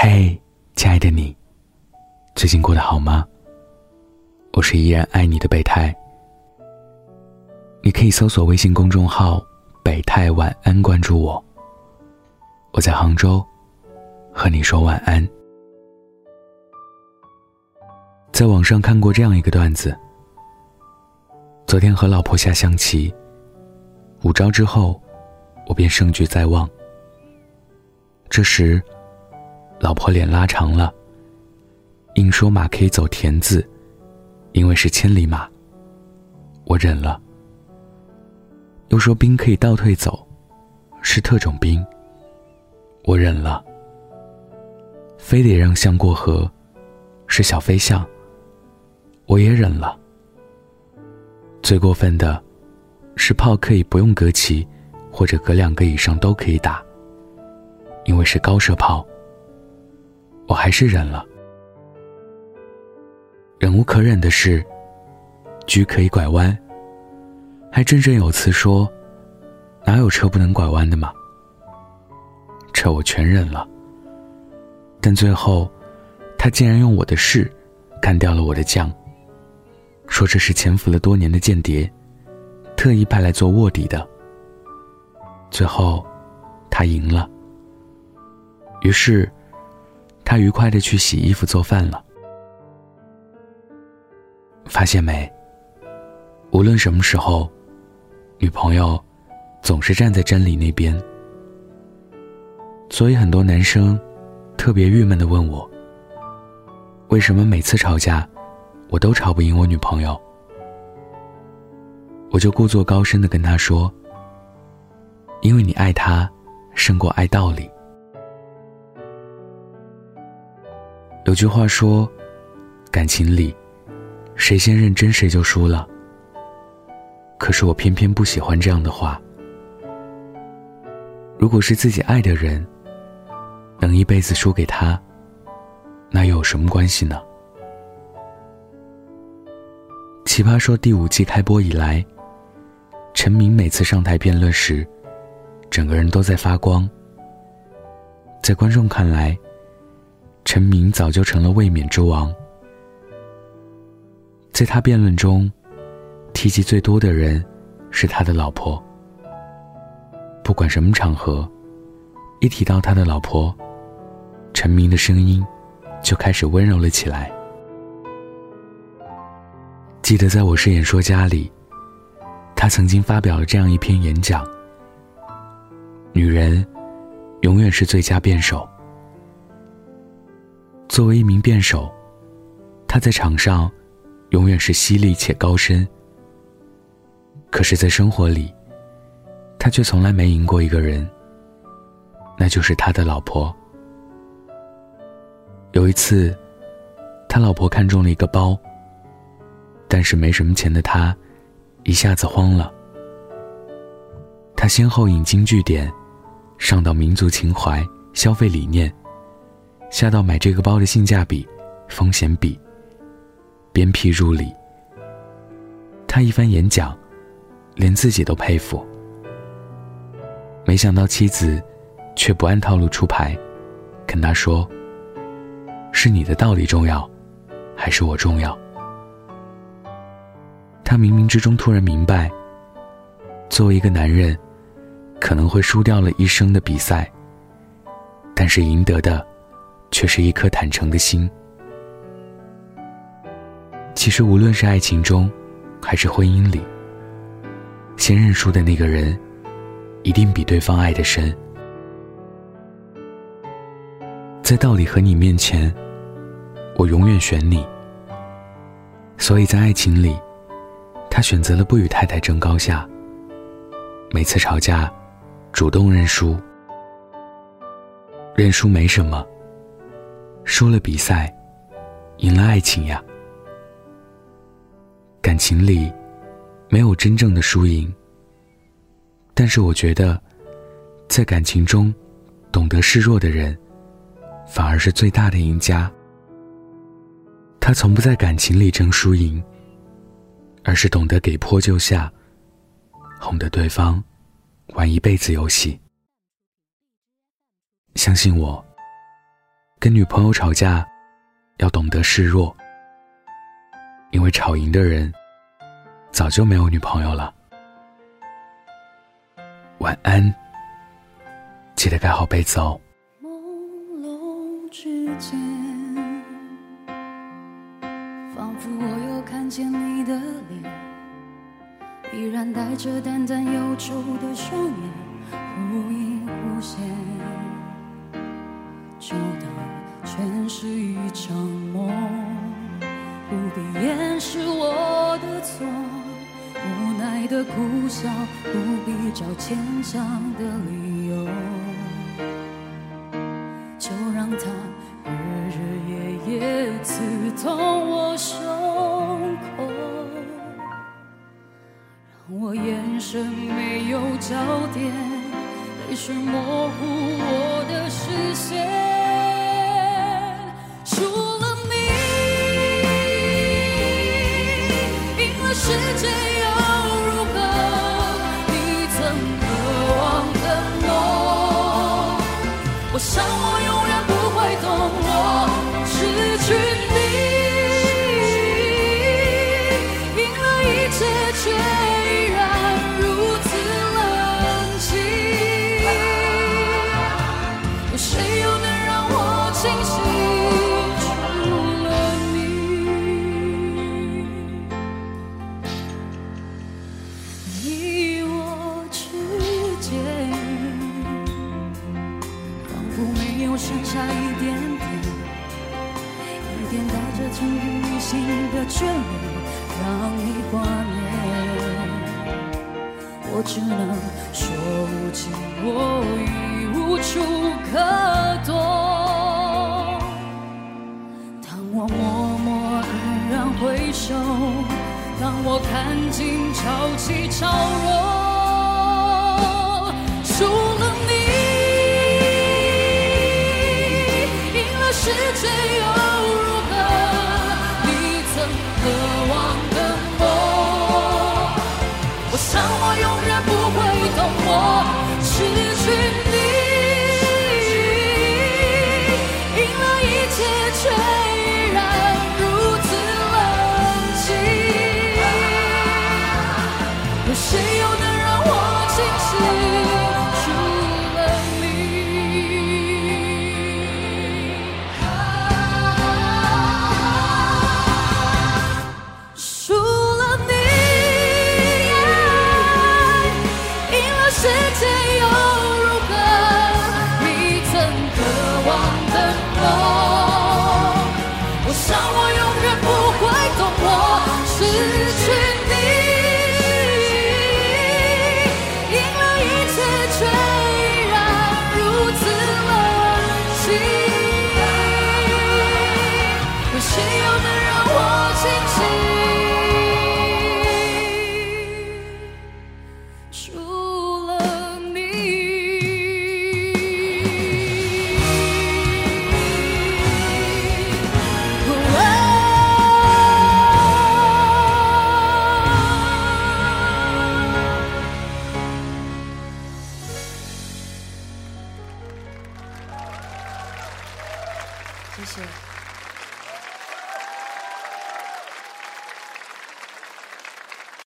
嘿，亲爱的你，最近过得好吗？我是依然爱你的北太。你可以搜索微信公众号北太晚安，关注我。我在杭州和你说晚安。在网上看过这样一个段子，昨天和老婆下象棋，5招之后我便胜局在望。这时老婆脸拉长了，硬说马可以走田字，因为是千里马。我忍了。又说兵可以倒退走，是特种兵。我忍了。非得让象过河，是小飞象。我也忍了。最过分的是炮可以不用隔棋，或者隔2个以上都可以打，因为是高射炮。我还是忍了。忍无可忍的是车可以拐弯，还振振有词说哪有车不能拐弯的嘛。这我全忍了。但最后他竟然用我的士干掉了我的将，说这是潜伏了多年的间谍，特意派来做卧底的。最后他赢了。于是他愉快地去洗衣服做饭了。发现没，无论什么时候，女朋友总是站在真理那边。所以很多男生特别郁闷地问我，为什么每次吵架我都吵不赢我女朋友？我就故作高深地跟他说，因为你爱她胜过爱道理。有句话说，感情里谁先认真谁就输了。可是我偏偏不喜欢这样的话。如果是自己爱的人，能一辈子输给他，那又有什么关系呢？奇葩说第5季开播以来，陈明每次上台辩论时，整个人都在发光。在观众看来，陈明早就成了卫冕之王。在他辩论中，提及最多的人是他的老婆。不管什么场合，一提到他的老婆，陈明的声音就开始温柔了起来。记得在我是演说家里，他曾经发表了这样一篇演讲：女人永远是最佳辩手。作为一名辩手，他在场上永远是犀利且高深。可是在生活里，他却从来没赢过一个人，那就是他的老婆。有一次，他老婆看中了一个包，但是没什么钱的他一下子慌了。他先后引经据典，上到民族情怀、消费理念，下到买这个包的性价比、风险比，鞭辟入里。他一番演讲，连自己都佩服。没想到妻子却不按套路出牌，跟他说，是你的道理重要，还是我重要？他冥冥之中突然明白，作为一个男人，可能会输掉了一生的比赛，但是赢得的却是一颗坦诚的心。其实无论是爱情中还是婚姻里，先认输的那个人一定比对方爱得深。在道理和你面前，我永远选你。所以在爱情里，他选择了不与太太争高下，每次吵架主动认输。认输没什么，输了比赛，赢了爱情呀。感情里没有真正的输赢，但是我觉得在感情中懂得示弱的人反而是最大的赢家。他从不在感情里争输赢，而是懂得给坡就下，哄得对方玩一辈子游戏。相信我， 跟女朋友吵架要懂得示弱，因为吵赢的人早就没有女朋友了。晚安，记得盖好被子哦。 朦胧之间，仿佛我又看见你的脸，依然带着淡淡忧愁的双眼，忽隐忽现，就当全是一场梦，不必掩饰我的错，无奈的苦笑，不必找牵强的理由，就让它日日夜夜刺痛我胸口，让我眼神没有焦点，泪水模糊我的视线。除了你，赢了世界又如何？你曾渴望的梦，我想我永远不会懂，我失去你，赢了一切却依然如此冷清，有谁又能让我清醒？剩下一点点，一点带着曾经迷信的眷恋，让你挂念。我只能说无情，我已无处可躲。当我默默黯然回首，当我看尽潮起潮落，除了你，世界又如何？你曾渴望的梦，我想我永远不会懂，我失去你，赢了一切却依然如此冷清，有谁又能让我清醒？世界又如何？你曾渴望的梦，我想我永远不会懂，我失去你，赢了一切却依然如此冷清，有谁又能让我清醒？谢谢。